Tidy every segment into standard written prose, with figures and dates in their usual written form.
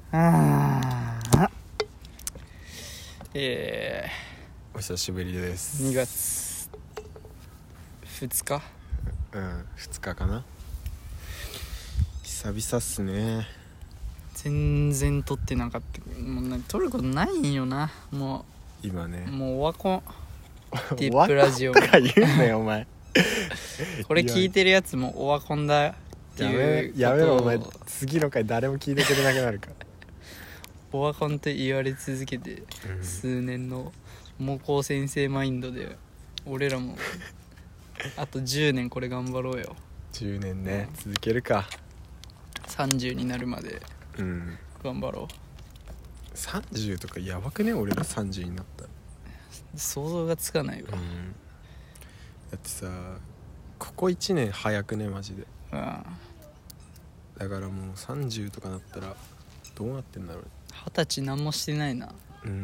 お久しぶりです。 2月2日 2日かな。久々っすね。 全然撮ってなかった。もう撮ることないんよな。も今ねうオワコンディップラジオとか言うなよお前これ聞いてるやつもオワコンだっていうやめろお前。次の回誰も聞いてくれなくなるからオワコンと言われ続けて数年の猛攻先生マインドで俺らもあと10年これ頑張ろうよ。 10年ね続けるか。 30になるまで頑張ろう。 30とかやばくね。俺ら30になったら想像がつかないわ。 だってさここ1年早くねマジで。だからもう30とかなったらどうなってんだろう。 20歳何もしてないな。あっ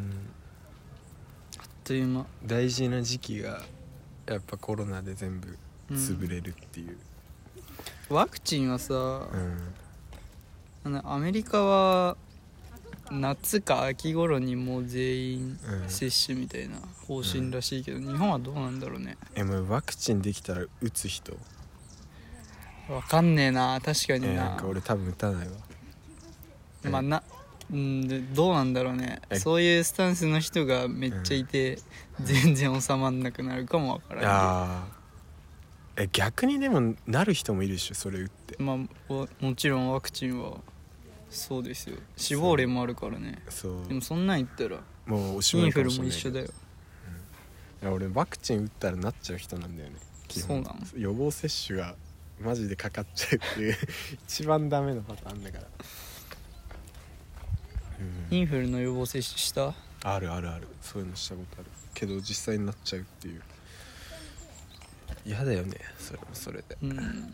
という間。 大事な時期がやっぱコロナで全部潰れるっていう、 ワクチンはさ、アメリカは夏か秋頃にもう全員接種みたいな方針らしいけど、日本はどうなんだろうね。 もうワクチンできたら打つ人わかんねえな。確かにな。 なんか俺多分打たないわ。 まあでどうなんだろうね。そういうスタンスの人がめっちゃいて、全然収まんなくなるかもわからん。 逆にでもなる人もいるでしょそれ打って。 まあもちろんワクチンはそうですよ。死亡例もあるからね。 そうでもそんなん言ったらもうおしまいかもしれない。 インフルも一緒だよ。 俺ワクチン打ったらなっちゃう人なんだよね基本。 そうなの。 予防接種がマジでかかっちゃうっていう一番ダメなパターンだから。 インフルの予防接種した？ あるそういうのしたことあるけど実際になっちゃうっていう。嫌だよねそれもそれで。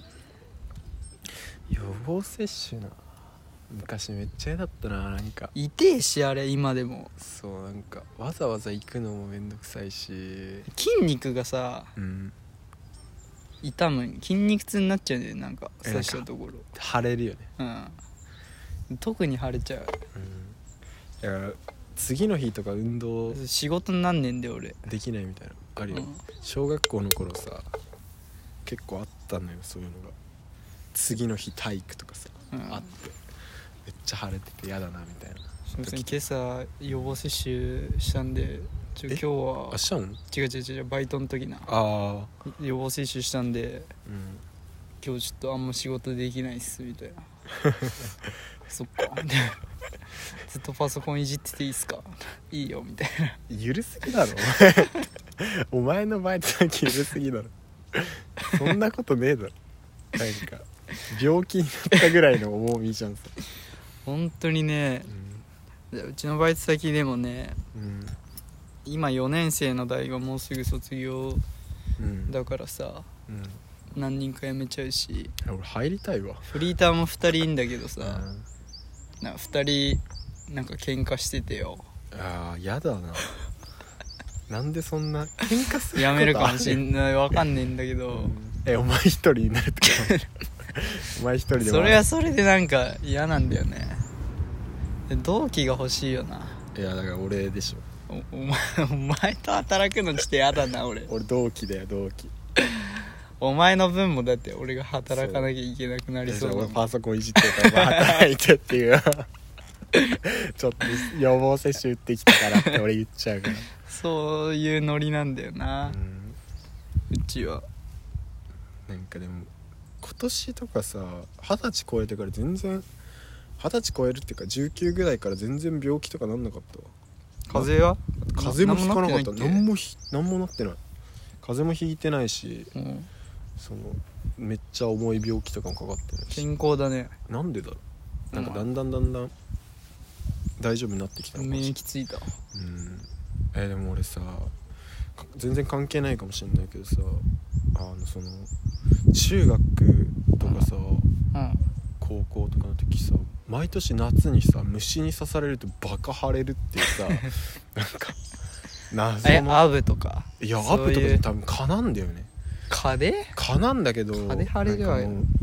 予防接種な昔めっちゃ嫌だったな。なんか痛えしあれ今でも。 そうなんかわざわざ行くのもめんどくさいし、 筋肉がさ、痛む筋肉痛になっちゃうんだよ。なんか刺したところ腫れるよね。 特に腫れちゃう。 だから次の日とか運動仕事になんねんで俺できないみたいなあるよ、小学校の頃さ結構あったのよそういうのが。次の日体育とかさ、あってめっちゃ腫れてて嫌だなみたいな。 すいません今朝予防接種したんで今日はしたの？ 違うバイトの時な。予防接種したんで、今日ちょっとあんま仕事できないっすみたいなそっかずっとパソコンいじってていいっすかいいよみたいな。 ゆるすぎだろお前のバイト先ゆるすぎだろそんなことねえだろ。なんか病気になったぐらいの重みじゃんさ本当にね、うちのバイト先でもね、今4年生の代がもうすぐ卒業だからさ、何人か辞めちゃうし。 俺入りたいわ。 フリーターも2人いんだけどさ、2人なんか喧嘩しててよ。 やだななんでそんな喧嘩することある？ やめるかもしんない。わかんねえんだけど、 お前一人になるとかお前一人でそれはそれでなんか嫌なんだよね。同期が欲しいよな。 だから俺でしょ。 お前と働くのちょっと嫌だな俺同期だよ同期。 お前の分もだって俺が働かなきゃいけなくなりそうだもん。 俺パソコンいじってたから働いてっていうちょっと予防接種打ってきたからって俺言っちゃうからそういうノリなんだよな、うちは。 なんかでも今年とかさ20歳超えてから全然20歳超えるっていうか19ぐらいから全然病気とかなんなかったわ。 風邪は？ 風邪もひかなかった。 何もなってない。風邪もひいてないし、そのめっちゃ重い病気とかもかかってないし。 健康だね。 なんでだろう。なんかだんだん大丈夫になってきたのかもしれない。 免疫ついた。 でも俺さ全然関係ないかもしれないけどさ、その中学とかさ、高校とかの時さ毎年夏にさ虫に刺されるとバカ腫れるっていうさなんか謎のアブとか。 いやアブとかで多分蚊なんだよね。 蚊で？ 蚊なんだけど蚊で腫れるわよ。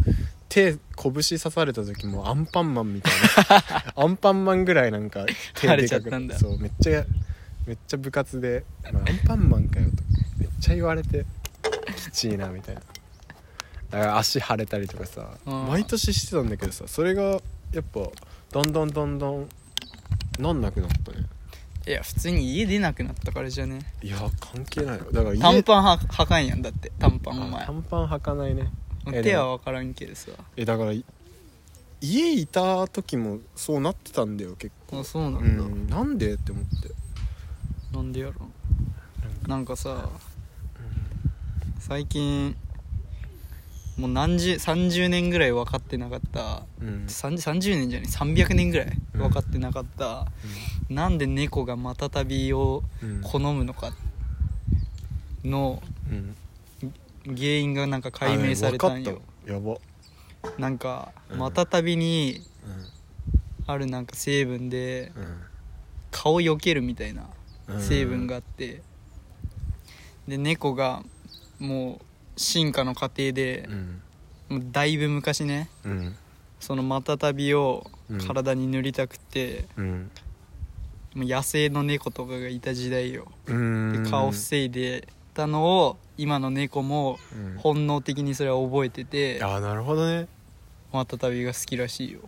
拳刺された時もアンパンマンみたいなアンパンマンぐらいなんか腫れちゃったんだ。 そうめっちゃ部活で、まあ、アンパンマンかよとめっちゃ言われてきちいなみたいな。だから足腫れたりとかさ毎年してたんだけどさ、それがやっぱだんだんなんなくなったね。 いや普通に家出なくなったからじゃね。 いや関係ないよ。だから短パン履かんやん。だって短パンお前短パン履かないね。 手は分からんけどさ。 だから家いた時もそうなってたんだよ結構。 あそうなんだ、 なんでって思って。 なんでやろなんかさ、最近もう30年ぐらい分かってなかった、30年じゃない300年ぐらい分かってなかった、なんで猫がマタタビを好むのかの原因がなんか解明されたんよ。 やば。 なんかマタタビにあるなんか成分で蚊を避けるみたいな成分があって、で猫がもう進化の過程で、もうだいぶ昔ね、そのマタタビを体に塗りたくて、もう野生の猫とかがいた時代よ。で蚊を防いでたのを今の猫も本能的にそれは覚えてて、 ああなるほどね。 マタタビが好きらしいよ。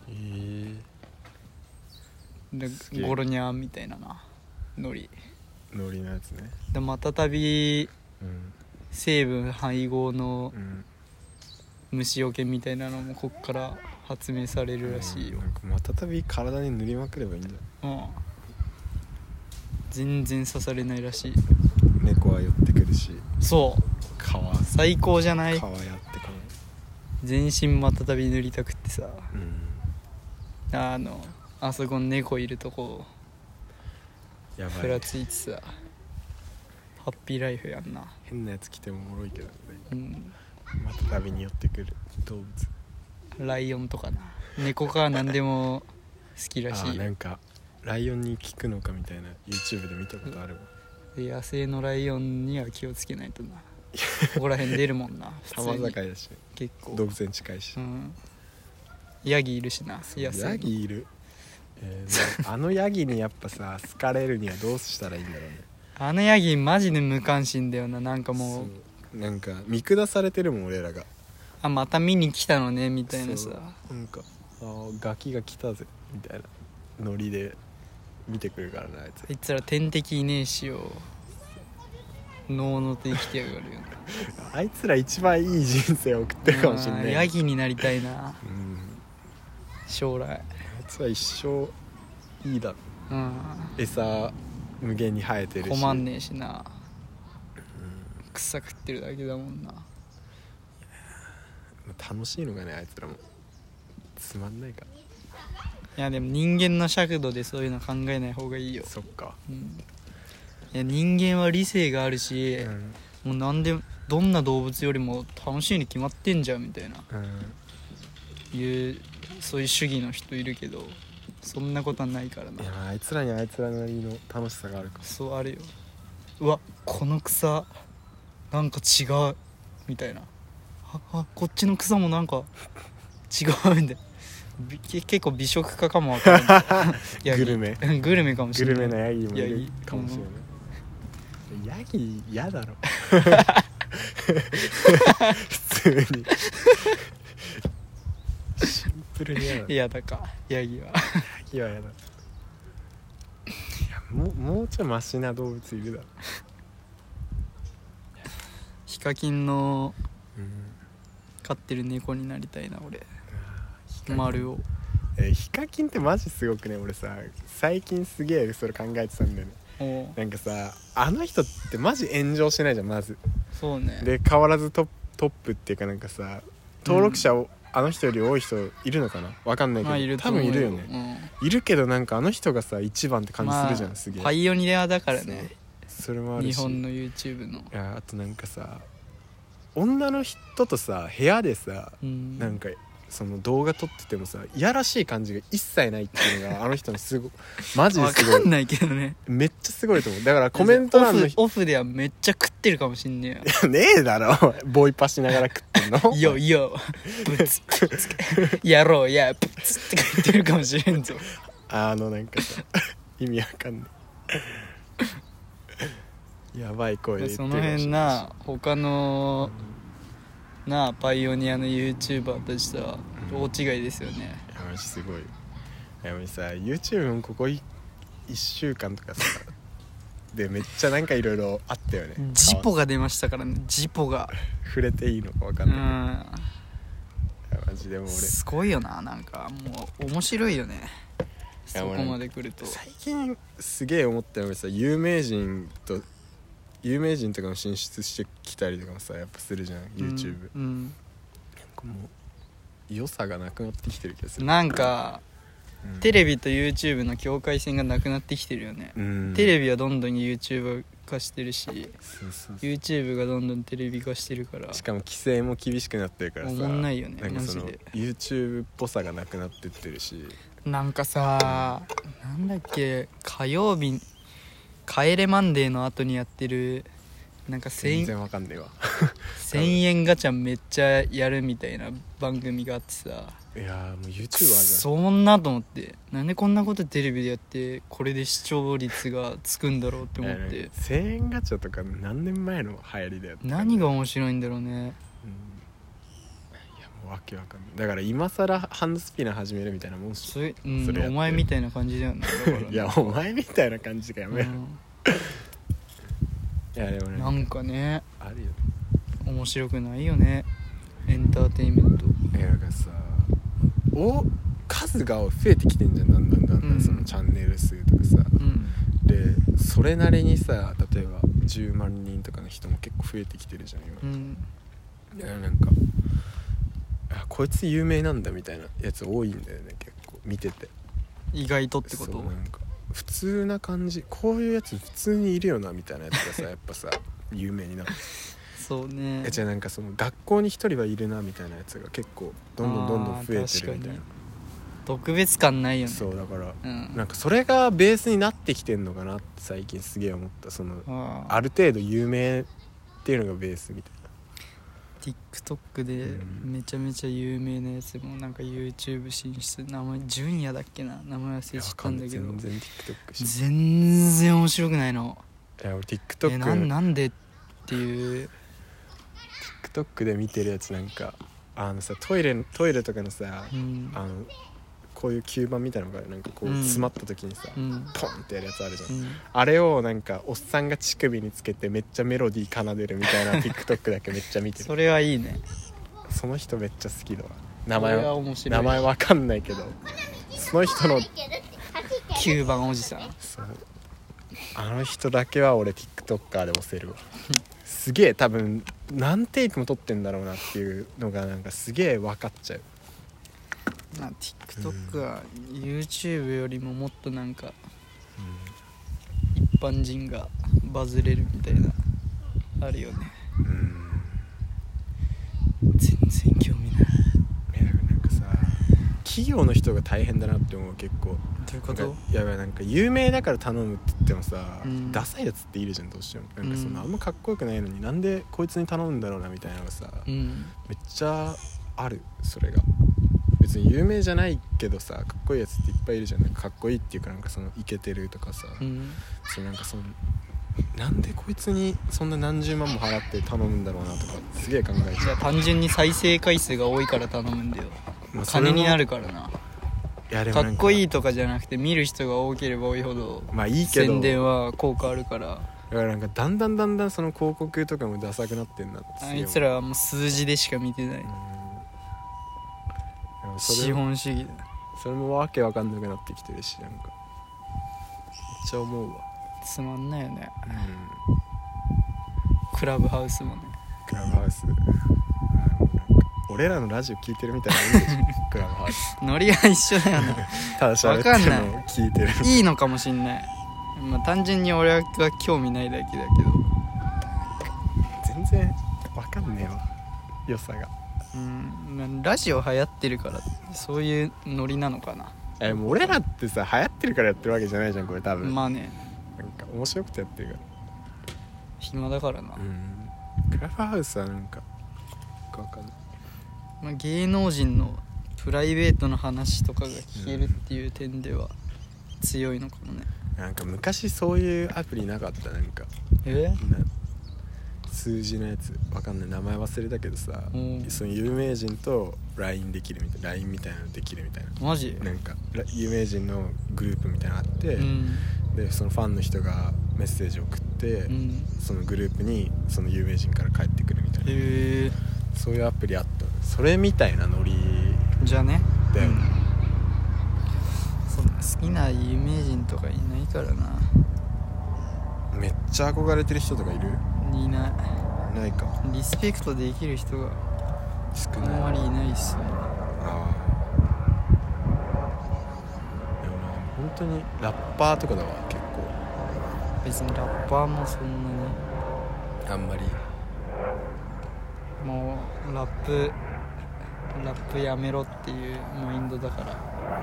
でゴロニャンみたいななノリのやつね。 でマタタビ成分配合の虫除けみたいなのもこっから発明されるらしいよ。 なんかマタタビ体に塗りまくればいいんだよ。 全然刺されないらしい。 猫は寄ってくるし。 そう皮最高じゃない。 皮やってかない。 全身マタタビ塗りたくってさ、あそこの猫いるとこやばい、 ふらついてさハッピーライフやんな。 変なやつ来てもおもろいけどね。また旅に寄ってくる動物、 ライオンとかな。猫か何でも好きらしい。 なんかライオンに効くのかみたいな YouTube で見たことあるわ。 野生のライオンには気をつけないとなここら辺出るもんな普通に。境だし結構動物園近いし、 ヤギいるしな。 ヤギいる、あのヤギにやっぱさ好かれるにはどうしたらいいんだろうね。 あのヤギマジで無関心だよな。なんかもうなんか見下されてるもん俺らが。 また見に来たのねみたいなさ。 なんかガキが来たぜみたいなノリで見てくるからな。あいつら天敵いねえしよ、のうのうと生きてやがるよあいつら一番いい人生を送ってるかもしれない。 ヤギになりたいな、将来。 あいつは一生いいだろ、餌無限に生えてるし困んねえしな、草食ってるだけだもんな。 楽しいのがねあいつらもつまんないから。 いやでも人間の尺度でそういうの考えない方がいいよ。 そっか、 いや人間は理性があるし、もうなんでどんな動物よりも楽しいに決まってんじゃんみたいな、そういう主義の人いるけど、そんなことはないからな。 いやあいつらにあいつらなりの楽しさがあるから。 そうあるよ。うわこの草なんか違うみたいな、こっちの草もなんか違うみたいな。結構美食家かもわからないグルメかもしれない。 グルメなヤギもいるかもしれない。ヤギ嫌だろ普通にシンプルに嫌だかヤギは嫌だ。いやもうちょいマシな動物いるだろ。 ヒカキンの飼ってる猫になりたいな俺。丸をヒカキンってマジすごくね。俺さ最近すげえそれ考えてたんだよね。なんかさあの人ってマジ炎上してないじゃんまず。 そうね。 で変わらずトップっていうかなんかさ登録者を、あの人より多い人いるのかなわかんないけど、多分いるよね、いるけどなんかあの人がさ一番って感じするじゃん、すげえパイオニアだからね。 それもあるし日本の YouTube の。 いやあとなんかさ女の人とさ部屋でさ、なんかその動画撮っててもさいやらしい感じが一切ないっていうのがあの人のすごいマジですごい分かんないけどねめっちゃすごいと思う。だからコメント欄のオフではめっちゃ食ってるかもしんねいやねえだろボイパしながら食ってんのえよ。よよぶつやろうやぶつって言ってるかもしれんぞ。 なんかさ意味わかんないやばい声で言ってるその辺な他のなあパイオニアの YouTuber たちとは大違いですよね。 いやマジすごい。いやさ YouTube もここ1週間とかさでめっちゃなんかいろいろあったよね。 ジポが出ましたからね。ジポが触れていいのか分かんないけど、いやマジでも俺すごいよな。なんかもう面白いよねそこまで来ると。 最近すげえ思ったのがさ有名人とかも進出してきたりとかもさやっぱするじゃん YouTube、なんかもう良さがなくなってきてる気がする。 なんか、テレビと YouTube の境界線がなくなってきてるよね、テレビはどんどん YouTuber 化してるし、そう YouTube がどんどんテレビ化してるから、 しかも規制も厳しくなってるからさ、 おもんないよねなんかそのマジで。 YouTube っぽさがなくなってってるし、 なんかさ、なんだっけ、火曜日帰れマンデーの後にやってるなんか全然わかんねえわ 1000円ガチャめっちゃやるみたいな番組があってさ、 いやもう YouTuber じゃんそんなと思って、なんでこんなことテレビでやってこれで視聴率がつくんだろうって思って 1000円ガチャとか何年前の流行りだよ。 何が面白いんだろうね、 いやもうわけわかんない。だから今更ハンドスピナー始めるみたいなもんし、 それ、お前みたいな感じだよね。だからねいやお前みたいな感じかやめろ、いやでもねなんかねあるよね、 面白くないよねエンターテインメント。 いやだからさ数が増えてきてんじゃん、だんだん、そのチャンネル数とかさ、でそれなりにさ例えば10万人とかの人も結構増えてきてるじゃん今、いやなんかこいつ有名なんだみたいなやつ多いんだよね結構見てて。 意外とってこと。 そうなんか普通な感じ、こういうやつ普通にいるよなみたいなやつがさやっぱさ有名になってそうね。 じゃあなんかその学校に一人はいるなみたいなやつが結構どんどん増えてるみたいな。 特別感ないよね。 そうだから、なんかそれがベースになってきてんのかなって最近すげえ思った。そのある程度有名っていうのがベースみたいな。 TikTok でめちゃめちゃ有名なやつもなんか YouTube 進出、名前純也だっけな、名前忘れちゃったんだけど全然 TikTok 全然面白くないの。 いや俺 TikTok なんでっていう TikTok で見てるやつなんかさトイレとかのさ、こういう吸盤みたいなのがなんかこう詰まった時にさ、ポンってやるやつあるじゃん、あれをなんかおっさんが乳首につけてめっちゃメロディー奏でるみたいな TikTok だけめっちゃ見てるそれはいいね。 その人めっちゃ好きだわ。名前わかんないけどその人の 9番おじさん、 そうあの人だけは俺 TikToker で押せるわすげえ多分何テイクも撮ってんだろうなっていうのがなんかすげえ分かっちゃう。 TikTok は YouTube よりももっとなんか、一般人がバズれるみたいなあるよね。全然興味ない。 なんかさ企業の人が大変だなって思う結構。 どういうこと？ やばいなんか有名だから頼むって言ってもさ、ダサいやつっているじゃんどうしても。なんかそのあんまかっこよくないのになんでこいつに頼むんだろうなみたいなのがさ、めっちゃある。それが別に有名じゃないけどさかっこいいやつっていっぱいいるじゃん。なんかかっこいいっていうかなんかそのイケてるとかさ、そうなんかそのなんでこいつにそんな何十万も払って頼むんだろうなとかすげえ考えちゃう。 単純に再生回数が多いから頼むんだよ、金になるからな。いやでもかっこいいとかじゃなくて見る人が多ければ多いほどいいけど宣伝は効果あるから。 だからなんかだんだんその広告とかもダサくなってんなって。 あいつらはもう数字でしか見てない、資本主義だ。 それもわけわかんなくなってきてるしなんかめっちゃ思うわ。 つまんないよね、クラブハウスもね。 クラブハウス俺らのラジオ聞いてるみたいなもんでしょクラブハウスノリが一緒だよねただ喋ってるのを聞いてるいいのかもしんない、単純に俺は興味ないだけだけど全然わかんねえわ良さが。 ラジオ流行ってるからそういうノリなのかな。 もう俺らってさ流行ってるからやってるわけじゃないじゃんこれ多分。 まあね、 なんか面白くてやってるから。 暇だからな。 クラブハウスはなんか分かんない、 まあ、芸能人のプライベートの話とかが聞けるっていう点では強いのかもね。 なんか昔そういうアプリなかった？なんか数字のやつわかんない、名前忘れたけどさ、その有名人と LINE できるみたいな、 LINE みたいなのできるみたいな。 マジ？ なんか有名人のグループみたいなのあって、でそのファンの人がメッセージを送って、そのグループにその有名人から返ってくるみたいな、そういうアプリあった。それみたいなノリじゃねだよね。 そんな好きな有名人とかいないからな。 めっちゃ憧れてる人とかいる？ いないか。 リスペクトできる人が少ない。 あんまりいないっすよね。 でも本当にラッパーとかだわ結構。 別にラッパーもそんなにあんまり。 もうラップやめろっていうマインドだから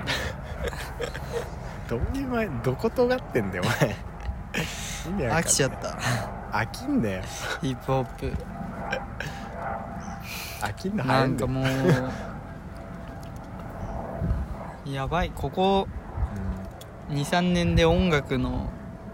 どういう前どこ尖ってんだよお前飽きちゃった。 飽きんだよヒップホップ飽きんのなんかもうやばい。ここ 2,3 年で音楽の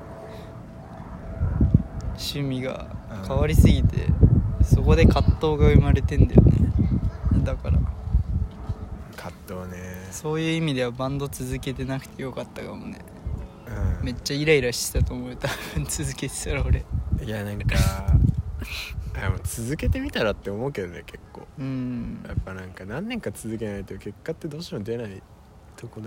趣味が変わりすぎて、そこで葛藤が生まれてんだよね。だから葛藤ね。 そういう意味ではバンド続けてなくてよかったかもね。めっちゃイライラしてたと思う多分続けてたら俺。 いやなんか続けてみたらって思うけどね結構。やっぱなんか何年か続けないと結果ってどうしても出ないとこない？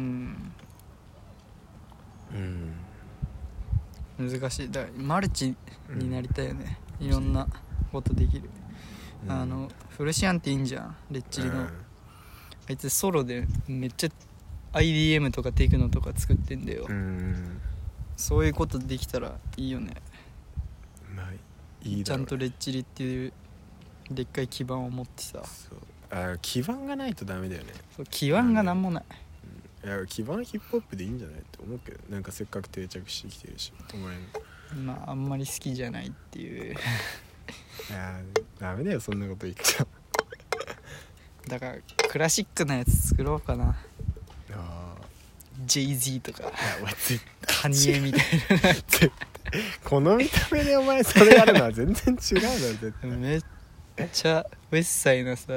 難しい。だからマルチになりたいよね、いろんなことできる。フルシアンっていいんじゃん、レッチリの、あいつソロでめっちゃ IDM とかテクノとか作ってんだよ。そういうことできたらいいよね。いいちゃんとレッチリっていうでっかい基盤を持ってさ。 そう基盤がないとダメだよね。 そう基盤がなんもない。 いや基盤ヒップホップでいいんじゃないって思うけど、なんかせっかく定着してきてるしお前の。 まああんまり好きじゃないっていういやダメだよそんなこと言っちゃだからクラシックなやつ作ろうかな。Jay-Z とかカニエみたいなこの見た目でお前それやるのは全然違うだろ絶対。 めっちゃウェッサイのさ、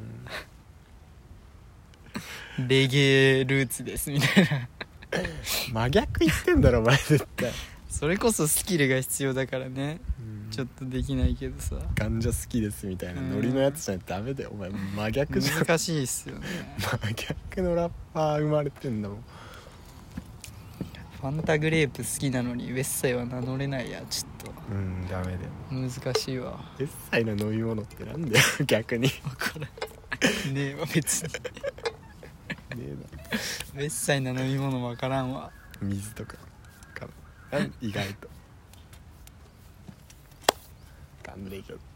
レゲエルーツですみたいな真逆言ってんだろお前絶対。 それこそスキルが必要だからね、ちょっとできないけどさ。 ガンジャ好きですみたいなノリのやつじゃないとダメだよお前。真逆じゃん。 難しいっすよね真逆のラッパー生まれてんだもん。 ファンタグレープ好きなのにウェッサイは名乗れないや。ちょっとダメだよ。 難しいわ。 ウェッサイの飲み物ってなんだよ逆に。 分からんねえわ別にねえな。ウェッサイの飲み物分からんわ。 水とかかな意外とガンレイク。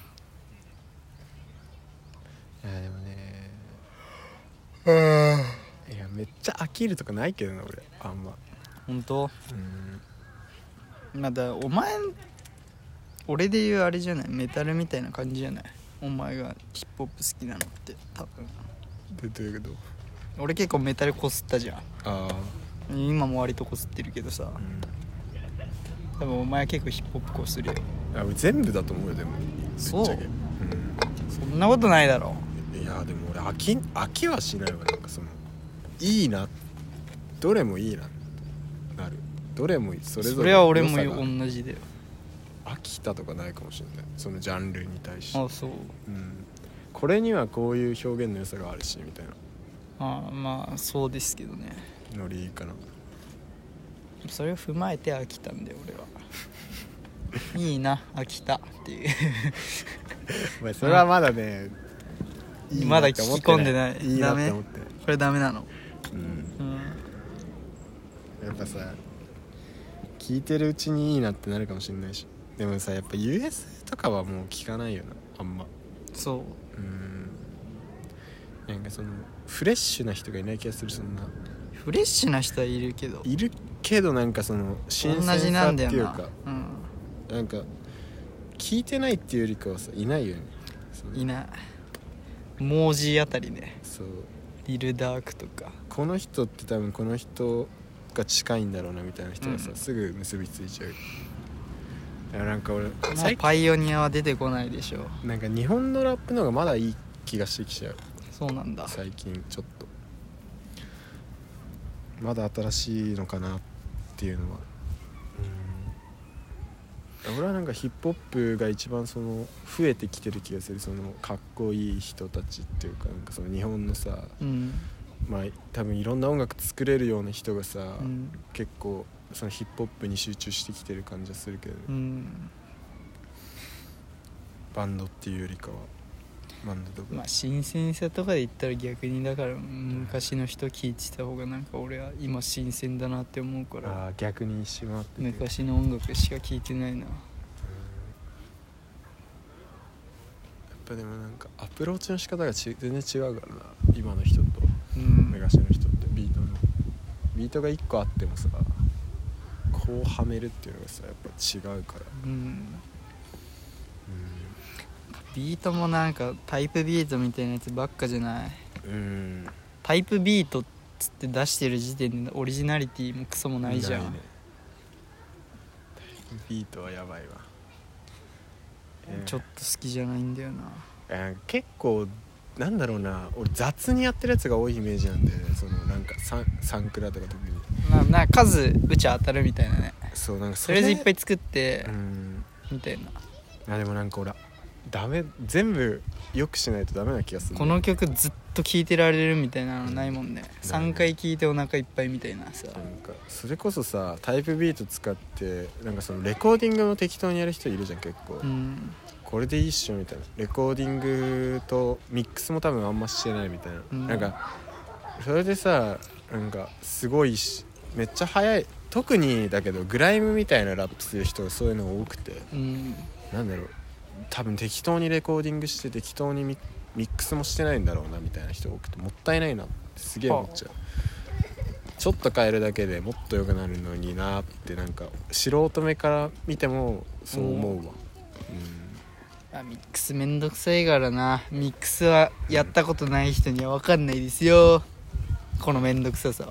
いやでもねいやめっちゃ飽きるとかないけどな俺あんま。 本当？まだお前俺で言うあれじゃない、メタルみたいな感じじゃないお前がヒップホップ好きなのって多分。 どういうこと？ 俺結構メタルこすったじゃん。今も割とこすってるけどさ、多分お前は結構ヒップホップこするよ。 俺全部だと思うよでも。 そう、そんなことないだろ。 いやでも俺飽きはしないわ。なんかそのいいな、どれもいいななる。どれもそれぞれ。 それは俺も同じだよ。 飽きたとかないかもしれないそのジャンルに対して。 あ、そう、 これにはこういう表現の良さがあるしみたいな。 まあそうですけどね。 ノリいいかな。 それを踏まえて飽きたんだよ俺はいいな飽きたっていうお前それはまだね、いいまだ聞き込んでない。 いいなって思ってない。 これダメなの。 やっぱさ聞いてるうちにいいなってなるかもしれないし。でもさやっぱ US とかはもう聞かないよなあんま。 そうなんかそのフレッシュな人がいない気がする。そんなフレッシュな人はいるけどなんかその新鮮さっていうか、同じなんだよな、なんか聞いてないっていうよりかはさ、いないよね。 いない。モージーあたりね。 そう、 リルダークとか、 この人って多分この人が近いんだろうなみたいな人がさ、すぐ結びついちゃう。いやなんか俺パイオニアは出てこないでしょ。 なんか日本のラップの方がまだいい気がしてきちゃう。 そうなんだ。 最近ちょっとまだ新しいのかなっていうのは。俺はなんかヒップホップが一番その増えてきてる気がする。そのかっこいい人たちっていうか、なんかその日本のさ、まあ多分いろんな音楽作れるような人がさ、結構そのヒップホップに集中してきてる感じはするけど、バンドっていうよりかは。バンドとかまあ新鮮さとかで言ったら逆にだから昔の人聞いてた方がなんか俺は今新鮮だなって思うから。 ああ、逆にしまってて昔の音楽しか聞いてないな。やっぱでもなんかアプローチの仕方が全然違うからな、今の人と昔の人って。ビートが1個あってもさ、こうはめるっていうのがさやっぱ違うから。 ビートもなんかタイプビートみたいなやつばっかじゃない。タイプビートっつって出してる時点でオリジナリティもクソもないじゃん。ね、 タイプビートはやばいわ。 ちょっと好きじゃないんだよな。 結構なんだろうな、俺雑にやってるやつが多いイメージなんで、ね、そのなんかサンクラとか特になんか数打ち当たるみたいなね。 そうなんかとりあえずいっぱい作ってみたいな。 でもなんか俺全部よくしないとダメな気がする、ね、 この曲ずっと聴いてられるみたいなのないもんね。3回聴いてお腹いっぱいみたいなさ。 なんかそれこそさ、タイプビート使ってなんかそのレコーディングも適当にやる人いるじゃん結構。これでいいっしょみたいな。レコーディングとミックスも多分あんましてないみたいな、なんかそれでさ、なんかすごいめっちゃ速い、特にだけどグライムみたいなラップする人がそういうのが多くて、なんだろう、多分適当にレコーディングして適当にミックスもしてないんだろうなみたいな人が多くて、もったいないなってすげえ思っちゃう。ちょっと変えるだけでもっと良くなるのになって、なんか素人目から見てもそう思うわ。 ミックスめんどくさいからな。ミックスはやったことない人には分かんないですよ、このめんどくささは。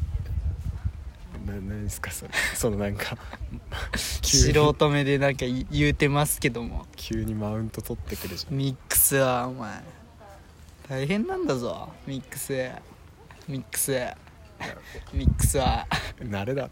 何ですかそのなんか素人目でなんか言うてますけども、 急にマウント取ってくるじゃん。 ミックスはお前大変なんだぞ。ミックスは慣れだ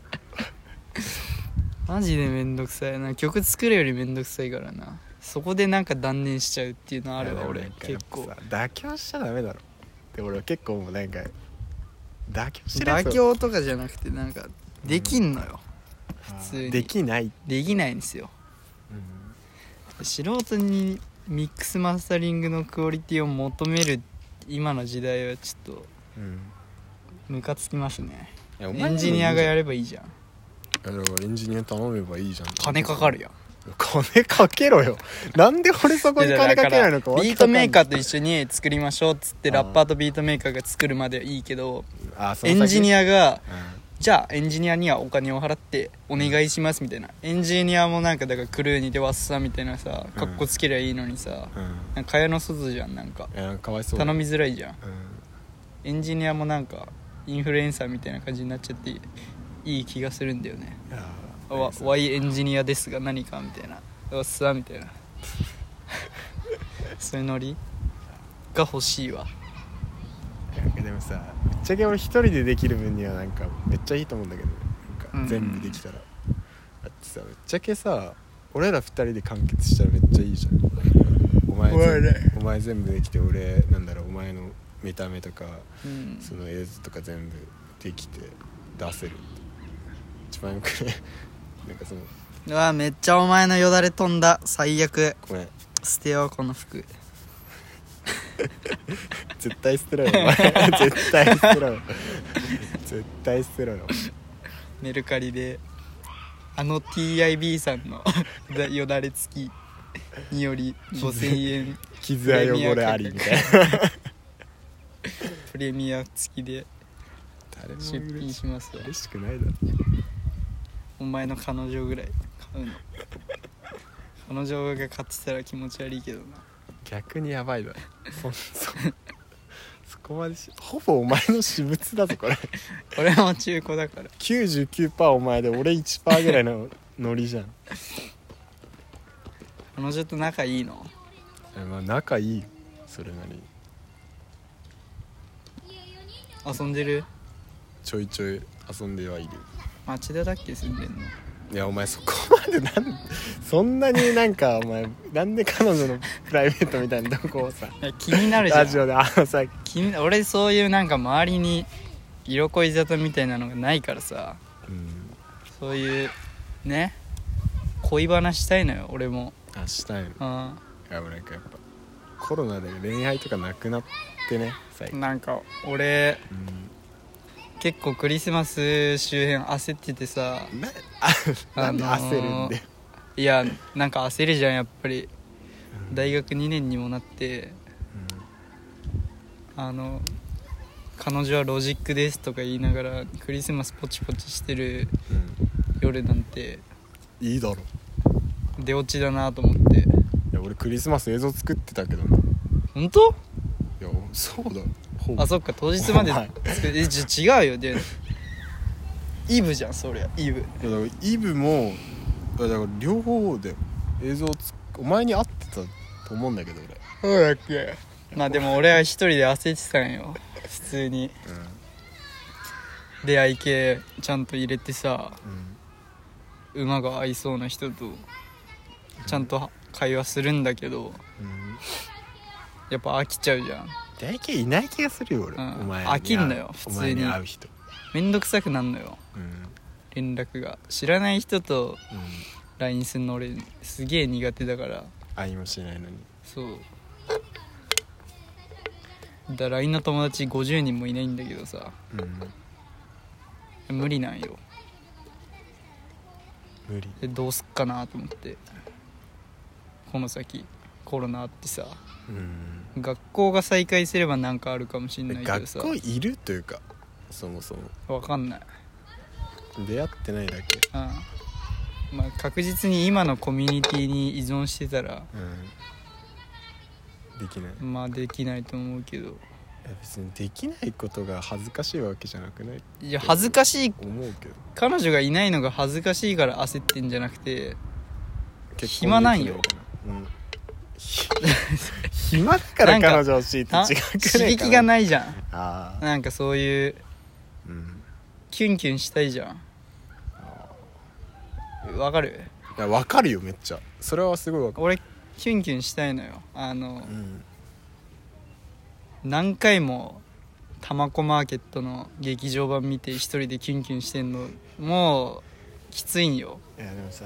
マジでめんどくさいな。曲作るよりめんどくさいからな。そこでなんか断念しちゃうっていうのはあるわ。俺結構妥協しちゃダメだろって俺は結構もうなんか妥協してる妥協とかじゃなくてなんかできんのよ、普通にできないんですよ、素人にミックスマスタリングのクオリティを求める今の時代はちょっとムカつきますね。エンジニアがやればいいじゃん。 だからエンジニア頼めばいいじゃん。 金かかるやん。 金かけろよ。なんで俺そこに金かけないのか。 ビートメーカーと一緒に作りましょうっつってラッパーとビートメーカーが作るまでいいけど、エンジニアが、じゃあエンジニアにはお金を払ってお願いしますみたいな。エンジニアもなんかだからクルーにでわっさみたいなさ、カッコつけりゃいいのにさ、なんか蚊帳の外じゃん。なんかかわいそう頼みづらいじゃん、エンジニアもなんかインフルエンサーみたいな感じになっちゃっていい気がするんだよね。Y エンジニアですが何かみたいな、おっさみたいなそういうノリが欲しいわ。 でもさ、ぶっちゃけ俺一人でできる分にはなんかめっちゃいいと思うんだけど、なんか全部できたら、だってさ、ぶっちゃけさ、俺ら二人で完結したらめっちゃいいじゃん。お前全部できて、俺なんだろう、お前の見た目とか、その映像とか全部できて出せる、一番よくねなんかその、 うわめっちゃお前のよだれ飛んだ、最悪。 ごめん、 捨てようこの服絶対捨てろよお前絶対捨てろよ絶対捨てろよ。 メルカリでTIB さんのよだれ付きにより5000円傷や汚れありみたいなプレミア付きで誰も出品しますわ。 嬉しくないだろ。 お前の彼女ぐらい買うの。彼女が買ってたら気持ち悪いけどな。 逆にやばいだろ。そこまでほぼお前の私物だぞこれ。 俺も中古だから。 99% お前で俺 1% ぐらいのノリじゃん。 彼女と仲いいの？ まあ仲いいよそれなりに。 遊んでる？ ちょいちょい遊んではいる。 町田だっけ住んでんの？ いやお前そこまでそんなになんかお前なんで彼女のプライベートみたいなとこをさ気になるじゃん。 ラジオでさ俺そういうなんか周りに色恋沙汰みたいなのがないからさ、そういうね恋話したいのよ俺も。 したいの。いやなんかやっぱコロナで恋愛とかなくなってね最近。 なんか俺、結構クリスマス周辺焦っててさ。 なんで焦るんだよ。 いやなんか焦るじゃんやっぱり、大学2年にもなって、彼女はロジックですとか言いながらクリスマスポチポチしてる夜なんて、 いいだろ出落ちだなと思って。 いや俺クリスマス映像作ってたけどな。 本当？ いやそうだ。 あそっか当日まで作る違うよでイブじゃんそりゃイブ。 だからイブもだから両方で映像お前に合ってたと思うんだけど俺。 そうだっけ。まあでも俺は一人で焦ってたんよ普通に、出会い系ちゃんと入れてさ、馬が合いそうな人とちゃんと会話するんだけど、やっぱ飽きちゃうじゃん。 出会い系いない気がするよ俺、お前に飽きんのよ普通に。 お前に会う人めんどくさくなんのよ、連絡が。知らない人と LINE すんの俺すげえ苦手だから。 会いもしないのに。 そうだ LINE の友達50人もいないんだけどさ、無理なんよ。 無理でどうすっかなと思って。この先コロナあってさ、学校が再開すればなんかあるかもしんないけどさ。 学校いるというかそもそも分かんない。 出会ってないだけ。 まあ確実に今のコミュニティに依存してたら、 できない。 まあできないと思うけど。 別にできないことが恥ずかしいわけじゃなくない？ いや恥ずかしい思うけど。 彼女がいないのが恥ずかしいから焦ってんじゃなくて、暇なんよ。 暇だから彼女欲しいって違くねえかな。 刺激がないじゃん。 あなんかそういう、キュンキュンしたいじゃん。わかる？ いやわかるよめっちゃ。それはすごいわかる。 俺キュンキュンしたいのよ。何回もタマコマーケットの劇場版見て一人でキュンキュンしてんのもうきついんよ。 いやでもさ、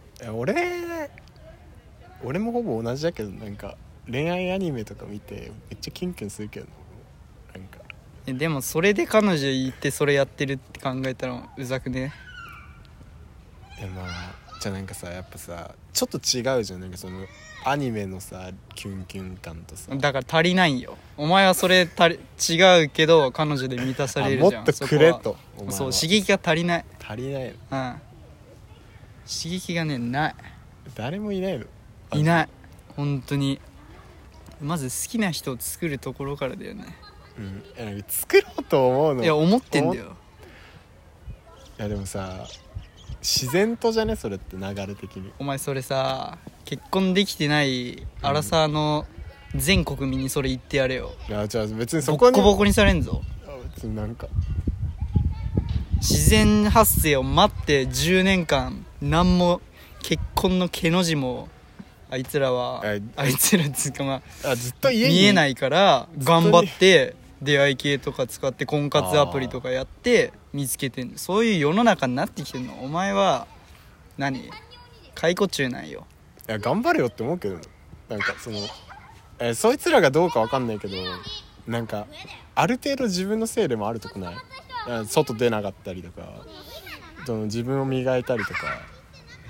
俺もほぼ同じだけど、なんか恋愛アニメとか見てめっちゃキュンキュンするけど、なんかでもそれで彼女いてそれやってるって考えたらうざくね？ まあじゃあなんかさやっぱさちょっと違うじゃん。なんかそのアニメのさキュンキュン感とさ。 だから足りないんよ。お前はそれ違うけど彼女で満たされるじゃん。 もっとくれと。お前はそう刺激が足りない。 足りないの。 刺激がねない。 誰もいないの？ いない本当に。まず好きな人を作るところからだよね。 なんか作ろうと思うの。 いや思ってんだよ。 いやでもさ自然とじゃねそれって流れ的に。 お前それさ結婚できてないアラサーの全国民にそれ言ってやれよ。 いやじゃあ別にそこにボッコボコにされんぞ。 別になんか自然発生を待って10年間何も結婚の毛の字もあいつらつうかまあずっと家に見えないから頑張って出会い系とか使って婚活アプリとかやって見つけてんの。そういう世の中になってきてんの。お前は何解雇中なんよ。 いや頑張れよって思うけど、なんかそのそいつらがどうか分かんないけど、なんかある程度自分のせいでもあるとこない？外出なかったりとかその自分を磨いたりとか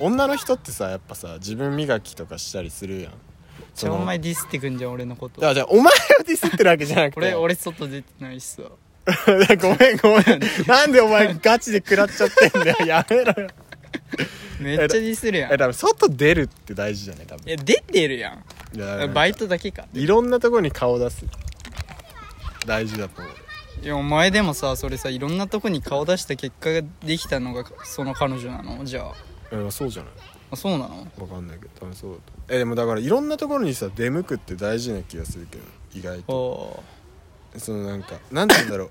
女の人ってさやっぱさ自分磨きとかしたりするやん。 じゃあお前ディスってくんじゃん俺のこと。 じゃあお前をディスってるわけじゃなくて俺外出てないしさごめんなんでお前ガチで食らっちゃってんだよやめろよめっちゃディスるやん。 多分外出るって大事じゃない多分。 いや出てるやん。 いやバイトだけか。 いろんなところに顔出す大事だと思う。 いやお前でもさそれさいろんなとこに顔出した結果ができたのがその彼女なのじゃあ。 そうじゃない。 あそうなの。 わかんないけど多分そうだと。でもだからいろんなところにさ出向くって大事な気がするけど意外とそのなんかなんて言うんだろう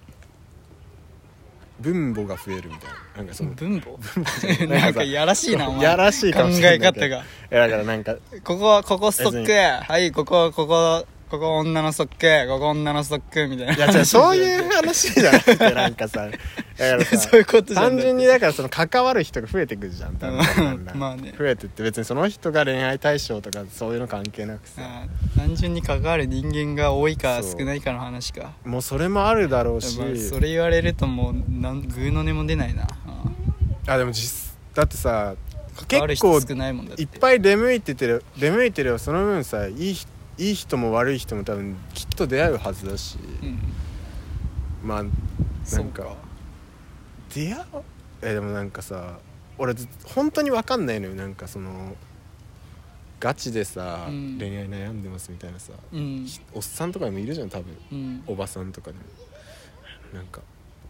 分母が増えるみたいな。なんかその分母なんかやらしいなお前やらしいかもしれないけど考え方が。 だからなんかここストックはいここ女のストックここ女のストックみたいな。 いやじゃあそういう話じゃなくてなんかさだからさそういうことじゃん。 単純にだからその関わる人が増えてくるじゃん多分まあね増えてって別にその人が恋愛対象とかそういうの関係なくさ単純に関わる人間が多いか少ないかの話か。 もうそれもあるだろうしそれ言われるともうグーの音も出ないな。 でもだってさ関わる人少ないもんだっていっぱい出向いてるよその分さいい人も悪い人も多分きっと出会うはずだし、まあなんか出会うでもなんかさ俺本当に分かんないのよ。なんかそのガチでさ、恋愛悩んでますみたいなさ、おっさんとかでもいるじゃん多分、おばさんとかでもなんか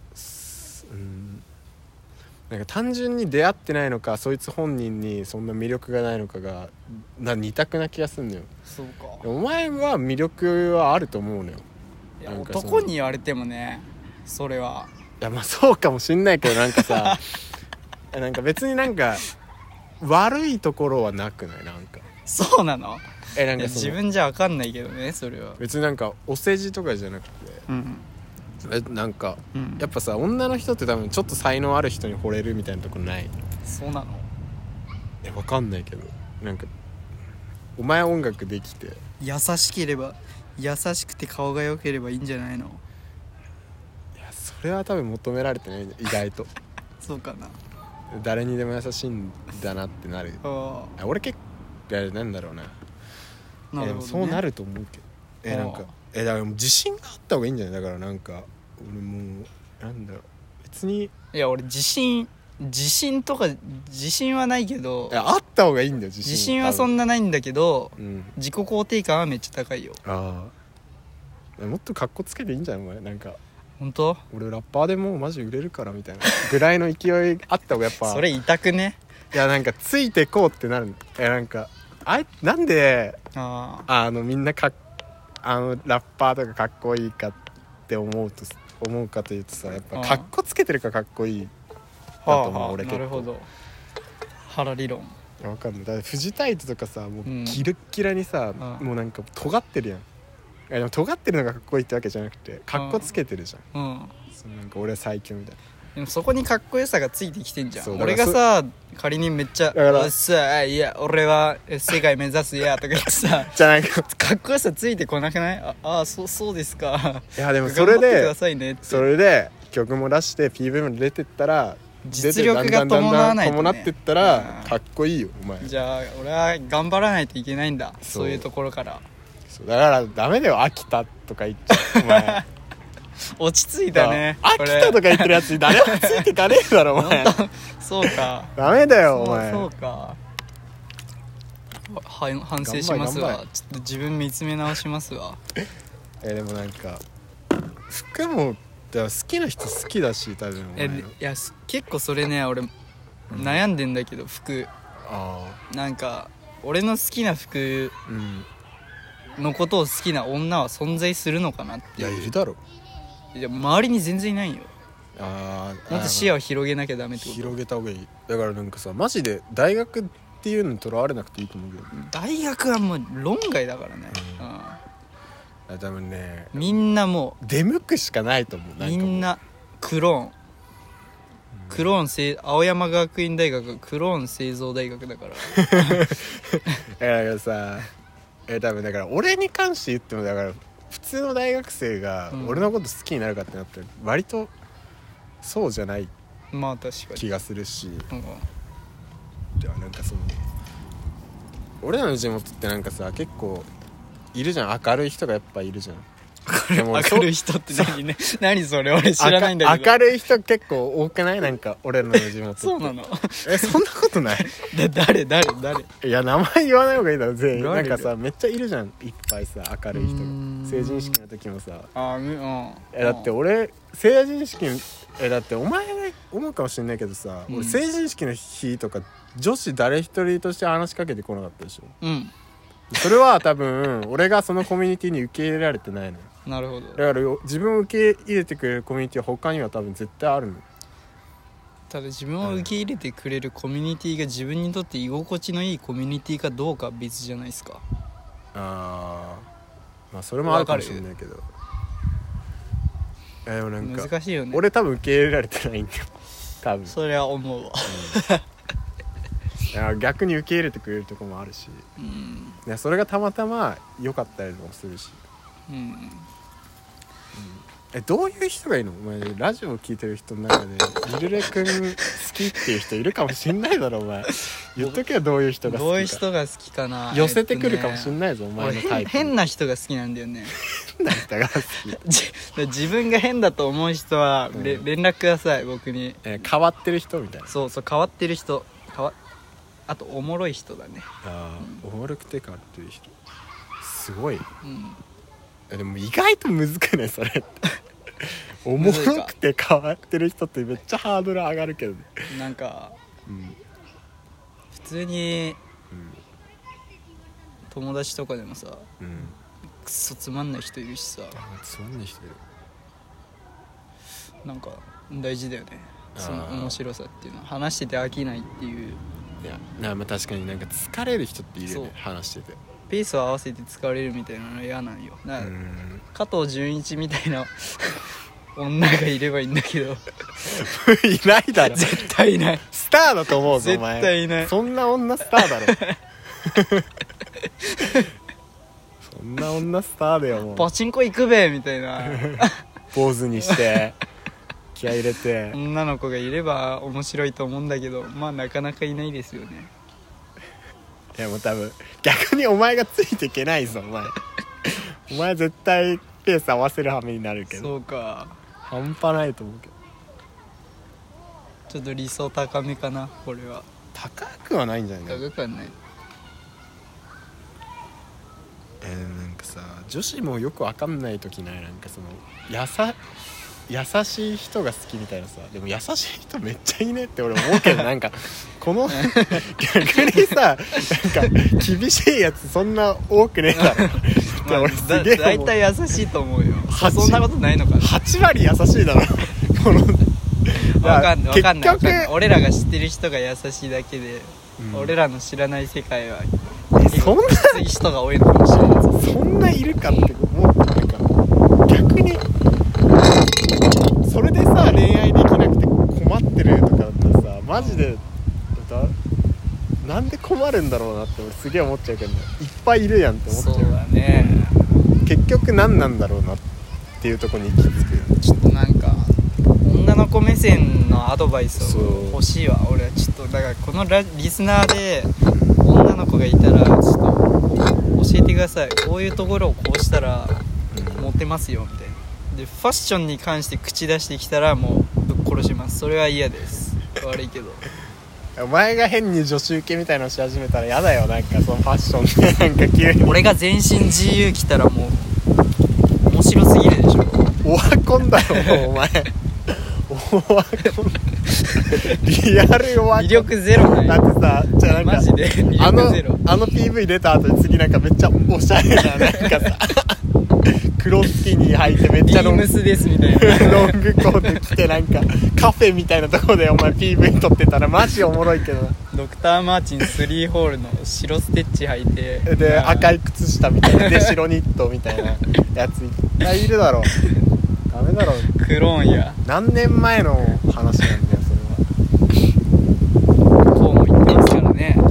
なんか単純に出会ってないのかそいつ本人にそんな魅力がないのかが二択な気がするのよ。 そうか。 お前は魅力はあると思うのよ。 いや男に言われてもねそれは。 いやまあそうかもしんないけどなんかさなんか別になんか悪いところはなくないなんか。 そうなの。 なんか自分じゃ分かんないけどねそれは。 別になんかお世辞とかじゃなくて、なんか、やっぱさ女の人って多分ちょっと才能ある人に惚れるみたいなところない？ そうなの。 分かんないけどなんかお前音楽できて優しければ優しくて顔が良ければいいんじゃないの。 いやそれは多分求められてない意外とそうかな。 誰にでも優しいんだなってなる。俺結構なんだろうな。 なるほどね、 でもそうなると思うけどなんかだからもう自信があった方がいいんじゃない。だからなんか俺もうなんだろう別にいや俺自信とか自信はないけどあった方がいいんだよ。 自信はそんなないんだけど、自己肯定感はめっちゃ高いよ。 もっとカッコつけていいんじゃないお前。なんか本当俺ラッパーでもうマジ売れるからみたいなぐらいの勢いあった方がやっぱそれ痛くね。 いやなんかついてこうってなる。なんかなんでみんなラッパーとかかっこいいかって思うかというとさやっぱかっこつけてるからかっこいいだと思う俺結構。 なるほど。腹理論わかんない。だから藤タイトとかさもうキルッキラにさ、もうなんか尖ってるやん。でも尖ってるのがかっこいいってわけじゃなくてかっこつけてるじゃん、なんか俺は最強みたいな。 でもそこにかっこよさがついてきてんじゃん。俺がさ仮にめっちゃ「さいや俺は世界目指すや」とか言ってさじゃないかかっこよさついてこなくない？そうですか。 いやでもそれでそれで曲も出して PV も出てったら実力が伴わないと、ね、 伴ってったらかっこいいよお前。 じゃあ俺は頑張らないといけないんだ。そういうところからだからダメだよ秋田とか言っちゃうお前落ち着いたね。 秋田とか言ってるやつに誰もついてかねえだろお前そうかダメだよお前。 そうか反省しますわ。ちょっと自分見つめ直しますわ。 でもなんか服も好きな人好きだし多分いや結構それね俺悩んでんだけど服なんか俺の好きな服のことを好きな女は存在するのかなって。 いやいるだろ。 いや周りに全然いないよ。もっと視野を広げなきゃダメってこと。 広げた方がいい。だからなんかさマジで大学っていうのにとらわれなくていいと思うけど。 大学はもう論外だからね。 多分ねみんなもう出向くしかないと思う。 みんなクローン青山学院大学クローン製造大学だからだからさ多分だから俺に関して言ってもだから普通の大学生が俺のこと好きになるかってなったら割とそうじゃない気がするし、 ってはなんかその俺らの地元ってなんかさ結構いるじゃん、明るい人がやっぱいるじゃん。 でも明るい人って何ね何それ俺知らないんだけど。 明るい人結構多くない？なんか俺らの地元ってそうなの？ そんなことない誰いや名前言わない方がいいだろ全員。な誰だんかさめっちゃいるじゃん、いっぱいさ明るい人が。成人式の時もさだって俺成人式だってお前が思うかもしれないけどさ、俺成人式の日とか女子誰一人として話しかけてこなかったでしょ。それは多分俺がそのコミュニティに受け入れられてないのよ。 なるほど。 だから自分を受け入れてくれるコミュニティは他には多分絶対あるの。 ただ自分を受け入れてくれるコミュニティが自分にとって居心地のいいコミュニティかどうかは別じゃないですか。 まあそれもあるかもしれないけど、でもなんか難しいよね。 俺多分受け入れられてないんだよ多分。 それは思うわ、 いや逆に受け入れてくれるとこもあるし、いやそれがたまたま良かったりもするし、どういう人がいいの？お前ラジオを聞いてる人の中でリルレ君好きっていう人いるかもしんないだろお前。言っとけよどういう人が好きか。 どういう人が好きかな。 寄せてくるかもしんないぞ、お前のタイプ。 変な人が好きなんだよね。 変な人が好き自分が変だと思う人は、連絡ください僕に。 変わってる人みたいな。 そう変わってる人、あとおもろい人だね。 おもろくて変わってる人すごい、でも意外とむずくないそれっておもろくて変わってる人ってめっちゃハードル上がるけどね。 なんか、普通に、友達とかでもさ、くっそつまんない人いるしさ。 つまんない人いる。 なんか大事だよね、その面白さっていうのは。話してて飽きないっていう。 いやまあ確かになんか疲れる人っているよね、話してて。 ペースを合わせて疲れるみたいなのは嫌なんよ。加藤純一みたいな女がいればいいんだけどいないだろ絶対いない。 スターだと思うぞお前。 絶対いない。 そんな女スターだろそんな女スターだよもう。 パチンコ行くべみたいな坊主にして気合い入れて女の子がいれば面白いと思うんだけど、まあなかなかいないですよね。 いやもう多分逆にお前がついていけないぞお前お前絶対ペース合わせる羽目になるけど。 そうか、 半端ないと思うけど。 ちょっと理想高めかなこれは。 高くはないんじゃないの？ 高くはない。 なんかさ女子もよく分かんない時ない？なんかその優しい人が好きみたいなさ。でも優しい人めっちゃいいねって俺思うけどなんかこの逆にさなんか厳しいやつそんな多くねえだろ俺すげえだいたい優しいと思うよ。そんなことないのかな。 8割優しいだろこのわかんない俺らが知ってる人が優しいだけで、俺らの知らない世界はそんなきつい人が多いのかもしれない。 そんないるかってもうなんか逆にそれでさ恋愛できなくて困ってるとかだったらさマジでなんで困るんだろうなって俺すげえ思っちゃうけど、ね、いっぱいいるやんって思っちゃう。 そうだね。 結局何なんだろうなっていうところに行き着くよ。 ちょっとなんか女の子目線のアドバイスを欲しいわ俺は。ちょっとだからこのリスナーで女の子がいたらちょっと教えてください。こういうところをこうしたらモテますよみたいな。でファッションに関して口出してきたらもうぶっ殺します。それは嫌です。悪いけどお前が変に女子受けみたいなのし始めたら嫌だよ。なんかそのファッションでなんか急に俺が全身自由着たらもう面白すぎるでしょ。 オワコンだよお前オワコンリアルオワコン。 魅力ゼロない。 だってさじゃあなんかマジで魅力ゼロ。 あの PV 出た後に次なんかめっちゃおしゃれななんかさ黒スキニー履いてめっちゃビームスですみたいなロングコート着てなんかカフェみたいなところでお前 PV 撮ってたらマジおもろいけどな。 ドクターマーチン3ホールの白ステッチ履いてで赤い靴下みたいなで白ニットみたいなやついっぱいいるだろ。ダメだろ。 クローンや何年前の話なんだよそれは。こうも言ってますからね。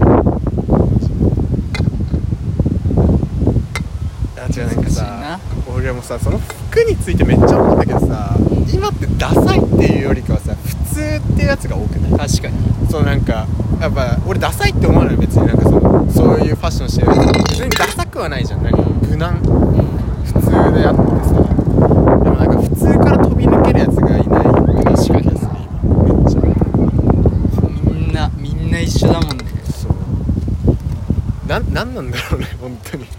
違うなんかさ俺もさその服についてめっちゃ思ったけどさ、今ってダサいっていうよりかはさ普通っていうやつが多くない？ 確かに。 そうなんかやっぱ俺ダサいって思わない別になんかそういうファッションしてる別にダサくはないじゃんなんか無難普通であってさでもなんか普通から飛び抜けるやつがいない確かにめっちゃみんな一緒だもんね。 そうなんなんだろうね本当に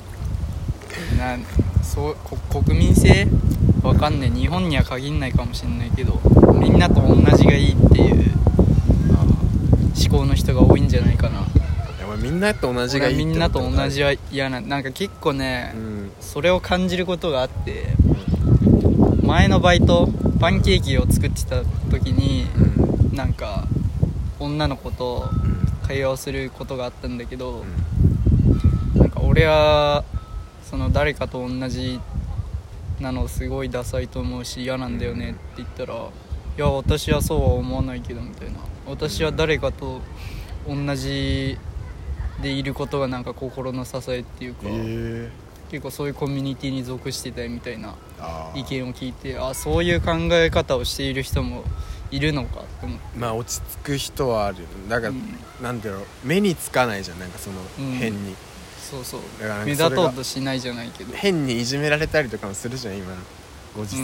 そう国民性わかんねえ日本には限んないかもしれないけどみんなと同じがいいっていう思考の人が多いんじゃないかな。 いやみんなと同じがいいってみんなと同じは嫌なんか結構ね、それを感じることがあって、前のバイトパンケーキを作ってた時に、なんか女の子と会話をすることがあったんだけど、なんか俺はその誰かと同じなのすごいダサいと思うし嫌なんだよねって言ったら、いや私はそうは思わないけどみたいな、私は誰かと同じでいることがなんか心の支えっていうか、結構そういうコミュニティに属してたいみたいな意見を聞いて、そういう考え方をしている人もいるのかって思って。 まあ落ち着く人はあるだから、なんだろう目につかないじゃんなんかその変に、 そうそうだから目立とうとしないじゃないけど変にいじめられたりとかもするじゃん今のご時世、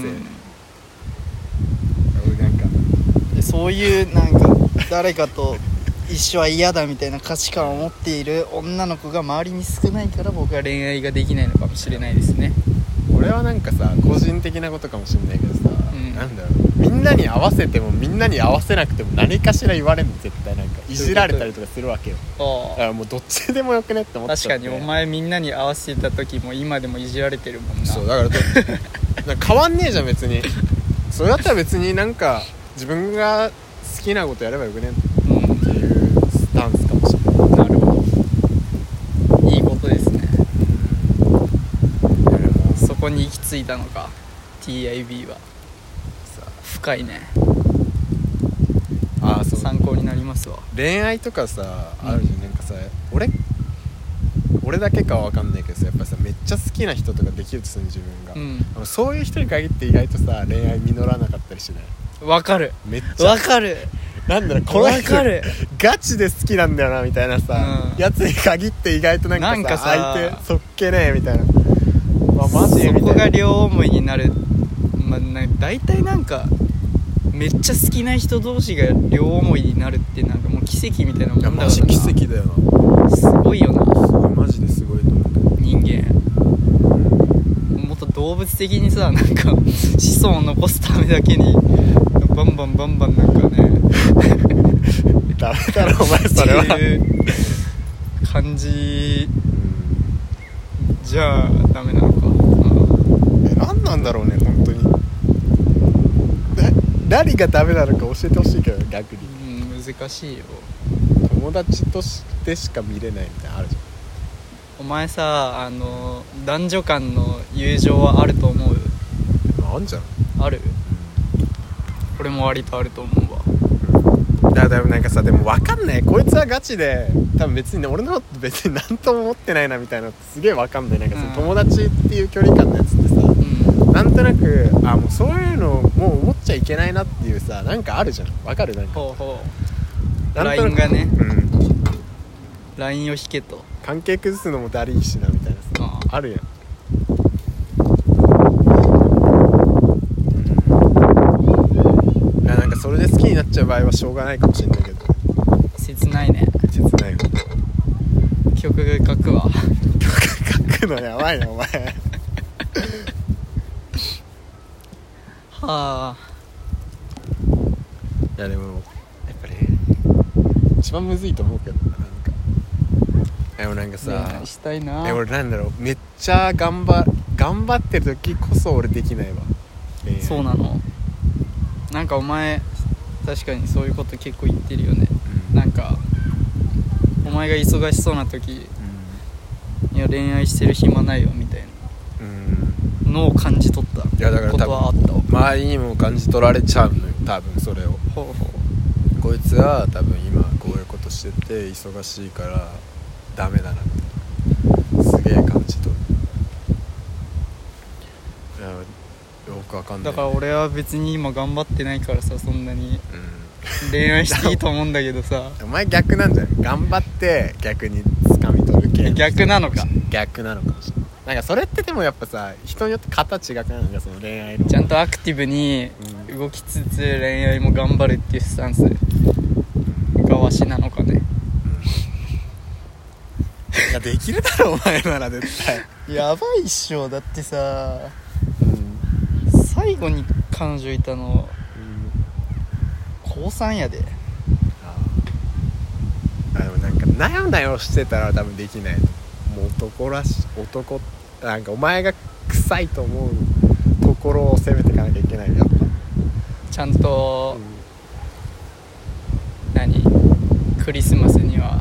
俺なんかそういうなんか誰かと一緒は嫌だみたいな価値観を持っている女の子が周りに少ないから僕は恋愛ができないのかもしれないですね。 俺はなんかさ個人的なことかもしれないけどさ、なんだろうみんなに合わせてもみんなに合わせなくても何かしら言われるの絶対なんかいじられたりとかするわけよ。だからもうどっちでもよくねって思っちゃって。 確かにお前みんなに合わせてた時も今でもいじられてるもんな。 そうだからなんか変わんねえじゃん別に。それだったら別になんか自分が好きなことやればよくねっていうスタンスかもしれない。 なるほどいいことですね。そこに行き着いたのか TIB は深いね。そう参考になりますわ。 恋愛とかさ、あるじゃんなんかさ俺だけかは分かんないけどさやっぱさめっちゃ好きな人とかできるとする自分が、そういう人に限って意外とさ恋愛実らなかったりしない？ 分かるめっちゃ分かる。 なんだろうこの人ガチで好きなんだよなみたいなさ、やつに限って意外となんかさ相手そっけねえみたいな、マジそこが両思いになる。大体なんかめっちゃ好きな人同士が両思いになるってなんかもう奇跡みたいなもんだからな。 マジ奇跡だよな。 すごいよな。 マジですごいと思うけど人間もっと動物的にさなんか子孫を残すためだけにバンバンなんかねダメだろお前それはっていう感じじゃあダメなのか。 何なんだろうね本当に。何がダメなのか教えてほしいけど逆に。 難しいよ。 友達としてしか見れないみたいなのあるじゃん。 お前さ男女間の友情はあると思う？ あんじゃん。 ある？俺も割とあると思うわ。 だからなんかさでも分かんないこいつはガチで多分別に、ね、俺のこと別に何とも思ってないなみたいなのってすげえ分かんない。なんかその友達っていう距離感のやつってさ、なんとなくもうそういうのもう思っちゃいけないなっていうさなんかあるじゃん。分かる？なんか LINE がね、LINE を引けと関係崩すのもだりいしなみたいなさあるやん。なんかそれで好きになっちゃう場合はしょうがないかもしれないけど切ないね。 切ないよ。 曲書くわ。 曲書くのやばいなお前はあ。 いやでもやっぱり一番むずいと思うけどなんかでもなんかさしたいな。 俺なんだろうめっちゃ頑張ってる時こそ俺できないわ。 そうなの。なんかお前確かにそういうこと結構言ってるよね、なんかお前が忙しそうな時、いや恋愛してる暇ないよみたいなのを感じ取ったことはあったわ。 周りにも感じ取られちゃうのよ多分それを。こいつは多分今こういうことしてて忙しいからダメだなってすげえ感じ取る。よくわかんない。 だから俺は別に今頑張ってないからさそんなに、 恋愛していいと思うんだけどさお前逆なんじゃない？頑張って逆に掴み取る系。 逆なのか。 逆なのかもしれない。なんかそれってでもやっぱさ、人によって形違くないのか、その恋愛の。 ちゃんとアクティブに動きつつ恋愛も頑張るっていうスタンスがわしなのかね。 いやできるだろお前なら絶対。 やばいっしょ。だってさ、最後に彼女いたの高3やで。 でもなんかなよなよしてたら多分できない。もう男なんかお前が臭いと思うところを攻めていかなきゃいけないよやっぱ。 ちゃんと、クリスマスには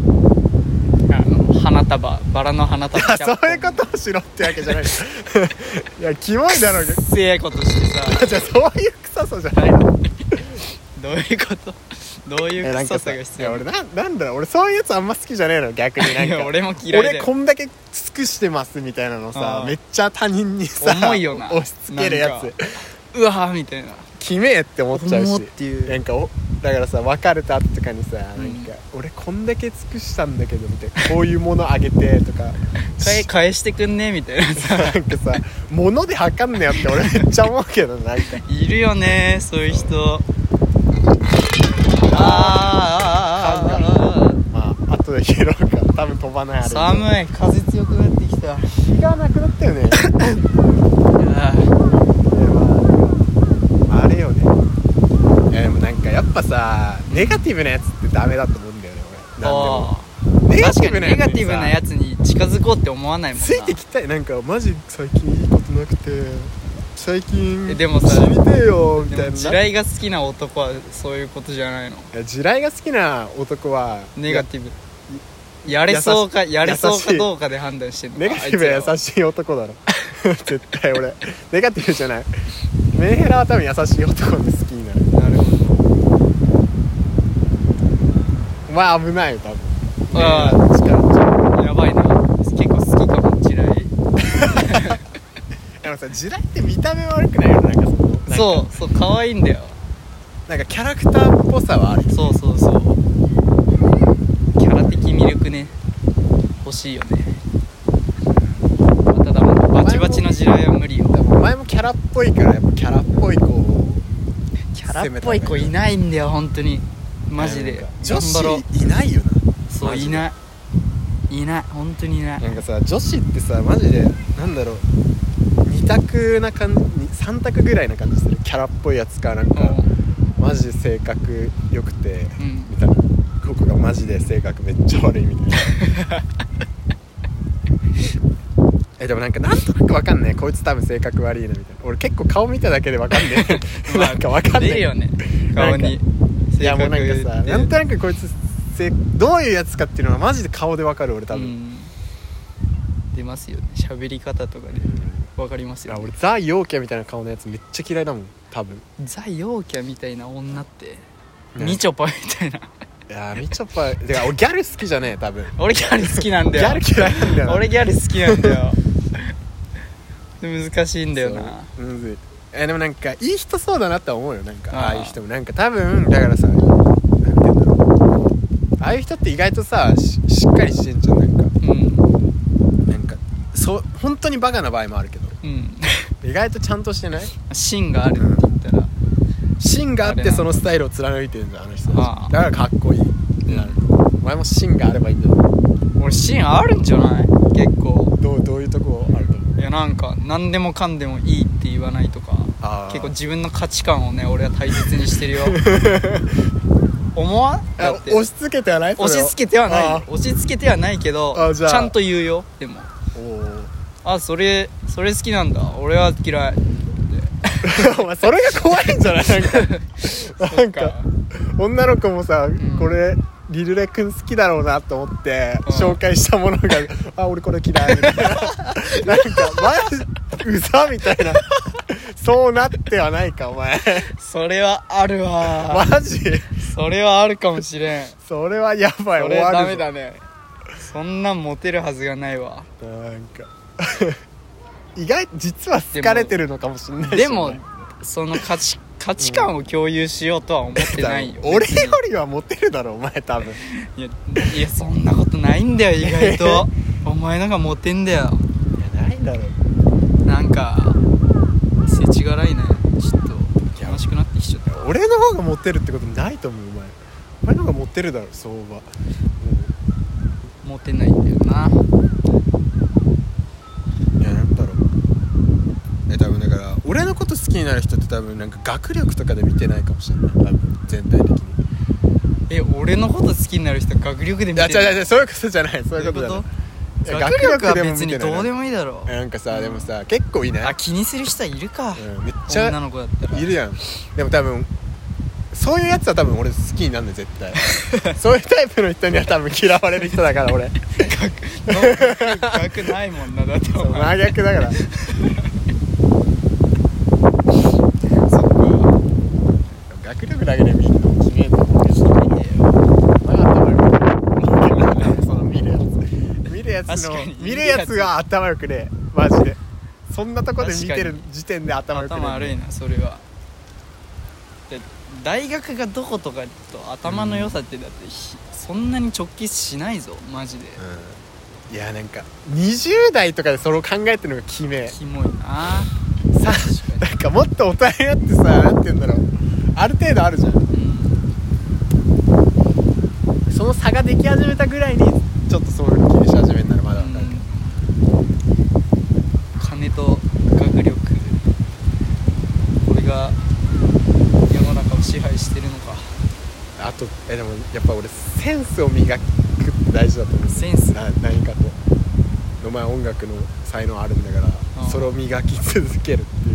花束、バラの花束100本。 そういうことをしろってわけじゃない。いやキモいだろうけど。 せえことしてさじゃあそういう臭さじゃないの。 どういうこと？どういう臭さが必要？ いや俺なんだろう、俺そういうやつあんま好きじゃねえの逆に。なんか俺も嫌いだよ。 俺こんだけ尽くしてますみたいなのさ、めっちゃ他人にさ重いよな押し付けるやつ。 うわーみたいな。 決めえって思っちゃうし。 っていうなんかだからさ、別れた後とかにさ、なんか俺こんだけ尽くしたんだけどみたいな、こういうものあげてとか返してくんねみたいなさ。 なんかさ、物で測んねよって俺めっちゃ思うけど。なんかいるよねそういう人。 まあ後で拾うから多分飛ばない。あれ寒い。風強くなってきた。 日がなくなったよね。あれよね。でもなんかやっぱさ、ネガティブなやつってダメだと思うんだよね俺。なんでも確かにネガティブなやつに近づこうって思わないもんな。 ついてきたい。なんかマジ最近いいことなくて最近でもさ死にてえよみたいな。 地雷が好きな男はそういうことじゃないの？ いや地雷が好きな男はネガティブやれそうかどうかで判断してんの。 ネガティブは優しい男だろ。絶対俺ネガティブじゃない。メンヘラは多分優しい男で好きになる。 なるほど。 お前危ないよ多分。 ああやばいな。結構好きかも地雷。 でもさ、地雷って見た目悪くないよ。なんかそう可愛いんだよ。 なんかキャラクターっぽさはあるよ。 そうキャラ的魅力ね欲しいよね。ただバチバチの地雷は無理よ。 お前もキャラっぽいからやっぱキャラっぽい子をキャラっぽい子いないんだよ本当にマジで。 女子いないよな。 そういない本当にいない。 なんかさ女子ってさマジでなんだろう、2択な感じ、3択ぐらいな感じする。キャラっぽいやつかなんかマジで性格良くて、みたいな、ここがマジで性格めっちゃ悪いみたいな。でもなんかなんとなくわかんねえ、こいつ多分性格悪いなみたいな。俺結構顔見ただけでわかんねえ。なんかわかんねえ。 出るよね顔に。 いやもうなんかさ、なんとなくこいつどういうやつかっていうのはマジで顔でわかる俺多分。 出ますよね、喋り方とかでわかりますよね。 俺ザ・陽キャみたいな顔のやつめっちゃ嫌いだもん多分。 ザ・陽キャみたいな女ってみちょぱみたいな。 いやみちょぱ、てか俺ギャル好きじゃねえ多分。 俺ギャル好きなんだよ。 ギャル嫌いなんだよな。 俺ギャル好きなんだよ。難しいんだよな。 むずい。でもなんかいい人そうだなって思うよ。なんかああいう人もなんか多分だからさ、なんて言うんだろう、ああいう人って意外とさ しっかりしてんじゃん。なんかなんか本当にバカな場合もあるけど、意外とちゃんとしてない？ 芯があるって言ったら、 芯があってそのスタイルを貫いてるんじゃんあの人たち。だからかっこいいってなる。お前も芯があればいいんだよ。 俺芯あるんじゃない？結構どういうとこあると思う？ いやなんか何でもかんでもいいって言わないとか、結構自分の価値観をね俺は大切にしてるよ。思わん？だって押し付けてはない？ 押し付けてはない。押し付けてはないけどちゃんと言うよ。でもそれ好きなんだ、俺は嫌い。 お前それが怖いんじゃない？なんか女の子もさ、これリルレ君好きだろうなと思って紹介したものが、俺これ嫌いみたいな。なんかマジうざみたいな。そうなってはないかお前。 それはあるわ。 マジ？ それはあるかもしれん。 それはやばい。 それダメだね。そんなんモテるはずがないわ。 なんか意外実は好かれてるのかもしれないし。 でもその価値価値観を共有しようとは思ってないよ、 俺よりはモテるだろお前多分。 いやそんなことないんだよ意外とお前のがモテんだよ。 いやないだろ。 なんか世知辛いね。ちょっと悲しくなってきちゃった。 俺の方がモテるってことないと思う。お前の方がモテるだろ相場。 モテないんだよな。 いやなんだろう、多分だから俺のこと好きになる人って多分なんか学力とかで見てないかもしれない。多分全体的に。 俺のこと好きになる人は学力で見てる。 いやそういうことじゃない。そういうことじゃない。 学力は別にどうでもいいだろ。 なんかさ、でもさ結構いない気にする人はいるか、 めっちゃ女の子だったらいるやん。でも多分そういうやつは多分俺好きになるんだよ絶対そういうタイプの人には多分嫌われる人だから俺学ないもんな。だってお前真逆だからそっか。学力だけで見るの決めると思うけどその見るやつが頭良くねマジで。そんなとこで見てる時点で頭良くね。 頭悪いなそれは。で大学がどことかと頭の良さってだって、そんなに直結しないぞマジで、 いやなんか20代とかでそれを考えてるのがキモいなさ。なんかもっと大人になってさ、なんて言うんだろう、ある程度あるじゃん、その差ができ始めたぐらいにちょっとそういうの気にし始めるならまだ分かる、 金と学力、これが世の中を支配してるのか。 あとでもやっぱ俺センスを磨くって大事だと思う。 センス何かとお前音楽の才能あるんだからそれを磨き続けるっていう。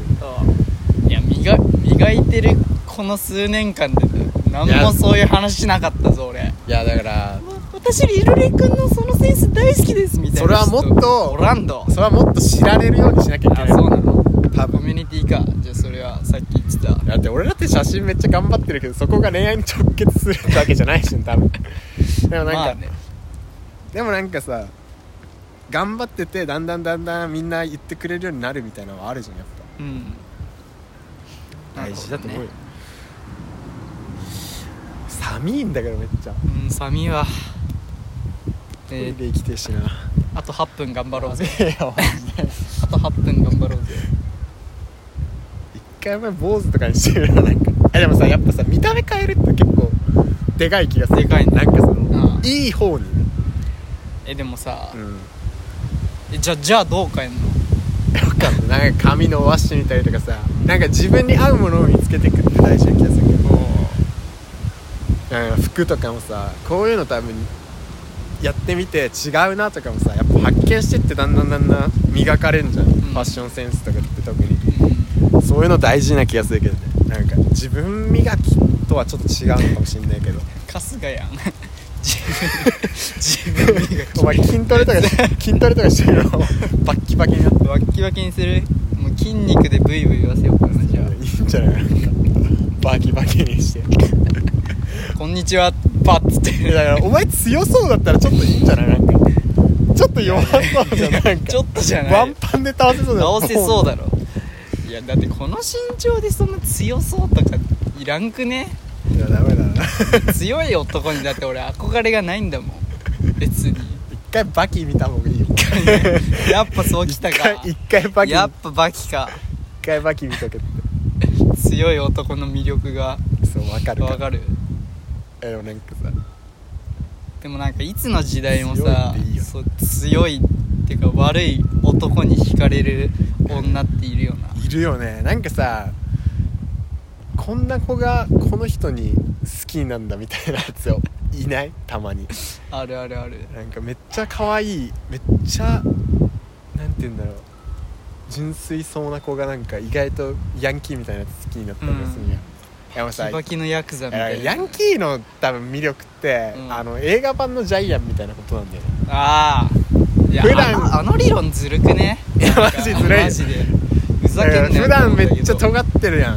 いや磨いてるこの数年間で何もそういう話しなかったぞ俺。 いやだから私リルレ君のそのセンス大好きですみたいな。 それはもっとオランド、 それはもっと知られるようにしなきゃいけない。 そうなの。 多分コミュニティか。じゃあそれはさっき言ってた。 だって俺だって写真めっちゃ頑張ってるけどそこが恋愛に直結するってわけじゃないし多分でもなんか、 まあね、 でもなんかさ頑張っててだんだんみんな言ってくれるようになるみたいなのはあるじゃんやっぱ。大事だと思うよ、ね、寒いんだけどめっちゃ。 寒いわ。 トイレ行きてえしな。 あと8分頑張ろうぜあと8分頑張ろうぜ。 一回前坊主とかにしてるよなんか。でもさやっぱさ見た目変えるって結構でかい気がする。 でかいね。 なんかその、いい方にね。 でもさ、じゃあどう変えんの。 分かんない。なんか髪伸ばしてみたりとかさ、なんか自分に合うものを見つけていくって大事な気がするけど、服とかもさこういうの多分やってみて違うなとかもさやっぱ発見してってだんだん磨かれんじゃん、ファッションセンスとかって特に、そういうの大事な気がするけどね。なんか自分磨きとはちょっと違うのかもしんないけど春日やん自分磨きお前筋トレとかしてるのバッキバキになってバッキバキにする。もう筋肉でブイブイ言わせようかな。じゃあいいんじゃない。なんかバキバキにしてこんにちはパッつってだからお前強そうだったらちょっといいんじゃない。なんかちょっと弱そうじゃん。なんかちょっとじゃない。 ワンパンで倒せそうだよ。 倒せそうだろ。いやだってこの身長でそんな強そうとかいらんくね。 いやダメだな強い男にだって俺憧れがないんだもん別に。 一回バキ見た方がいいよやっぱそうきたか。 一回バキやっぱバキか。 一回バキ見とけって。 強い男の魅力がそう分かる分かる。 でもなんかさでもなんかいつの時代もさ強いっていいよ。 強いっていうか悪い男に惹かれる女っているよな。 いるよね。なんかさこんな子がこの人に好きなんだみたいなやつをいない？たまにあるあるある。 なんかめっちゃ可愛いめっちゃなんて言うんだろう純粋そうな子がなんか意外とヤンキーみたいなやつ好きになったりするんや、でもさバキバキのヤクザみたいな。 ヤンキーの多分魅力って、映画版のジャイアンみたいなことなんだよね。 ああいや普段あの理論ずるくね。 いやマジずるい。 マジでふざけんなよ。 普段めっちゃ尖ってるやん。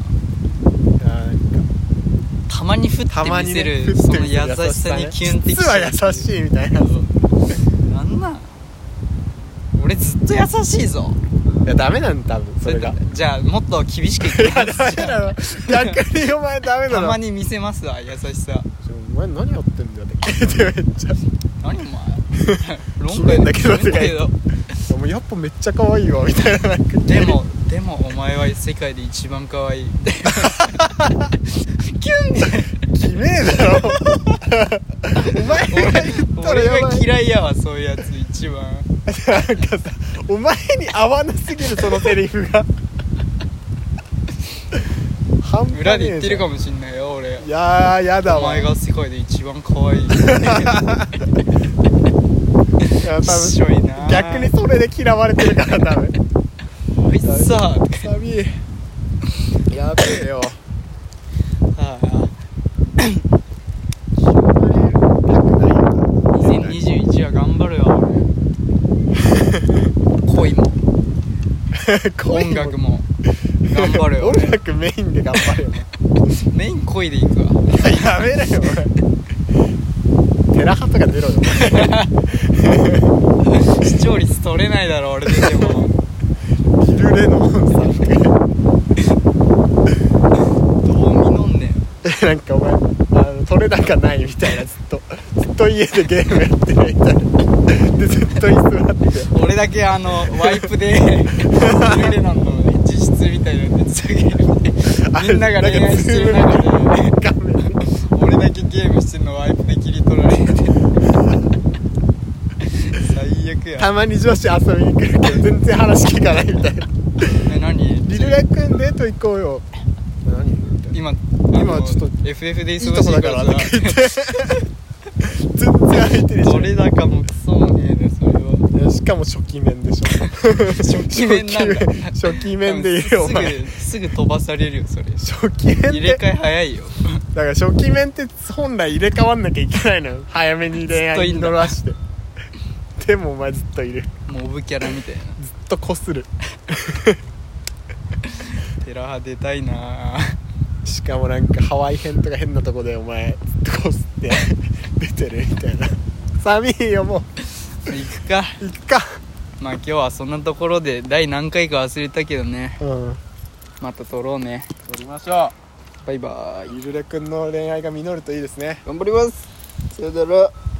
たまに振って見せる、その優しさにキュンってきちゃう。 実は優しいみたいな。 なんなん俺ずっと優しいぞ。 いやダメなんだ多分それが。 じゃあもっと厳しく言ってます。 ダメなの逆にお前ダメなの。 たまに見せますわ優しさ。 お前何やってんだよって聞いてめっちゃ何お前決めんだけどお前やっぱめっちゃ可愛いわみたいな。 でもお前は世界で一番可愛いキュンって決めえだろお前が言ったらやばい。 俺が嫌いやわそういうやつ一番。 なんかさお前に合わなすぎるそのセリフが裏で言ってるかもしんないよ俺。 いやーやだわ。 お前が世界で一番可愛いいや多しょいな。 分逆にそれで嫌われてるから多分おいっさサビやべえよ。 ああ2021は頑張るよ恋も音楽も頑張るよ音楽メインで頑張るよメイン恋でいくわ。 やめろよ俺テラハとか出ろよ視聴率取れないだろ俺出てもビルレノンさんどう見のんねん。 なんかお前取れ高ないみたいなずっと家でゲームやってるみたいなでずっと椅子座って俺だけワイプでビルレナンの実質みたいなので下げるみんなが恋愛してる中で俺だけゲームしてるのワイプで切り取られて最悪や。 たまに女子遊びに来るけど全然話聞かないみたいな何リルレ君デート行こうよ。何今ちょっと FF で忙しいいいとこだからとか言って全然空いてるしどれだかもクソもねえねそれは。 しかも初期面でしょ初期面なんだ初期面でいるよお前。 すぐ飛ばされるよそれ。 初期面って入れ替え早いよだから初期面って本来入れ替わんなきゃいけないのよ。早めに恋愛に乗らしてでもお前ずっといる。 モブキャラみたいなずっとこするテラハ出たいな。 しかもなんかハワイ編とか変なとこでお前ずっとこすって出てるみたいな。寒いよもう行くか。 行くか。 まあ今日はそんなところで第何回か忘れたけどね、また撮ろうね。 撮りましょバイバーイ。 う。イルレ君の恋愛が実るといいですね。 頑張ります。さよなら。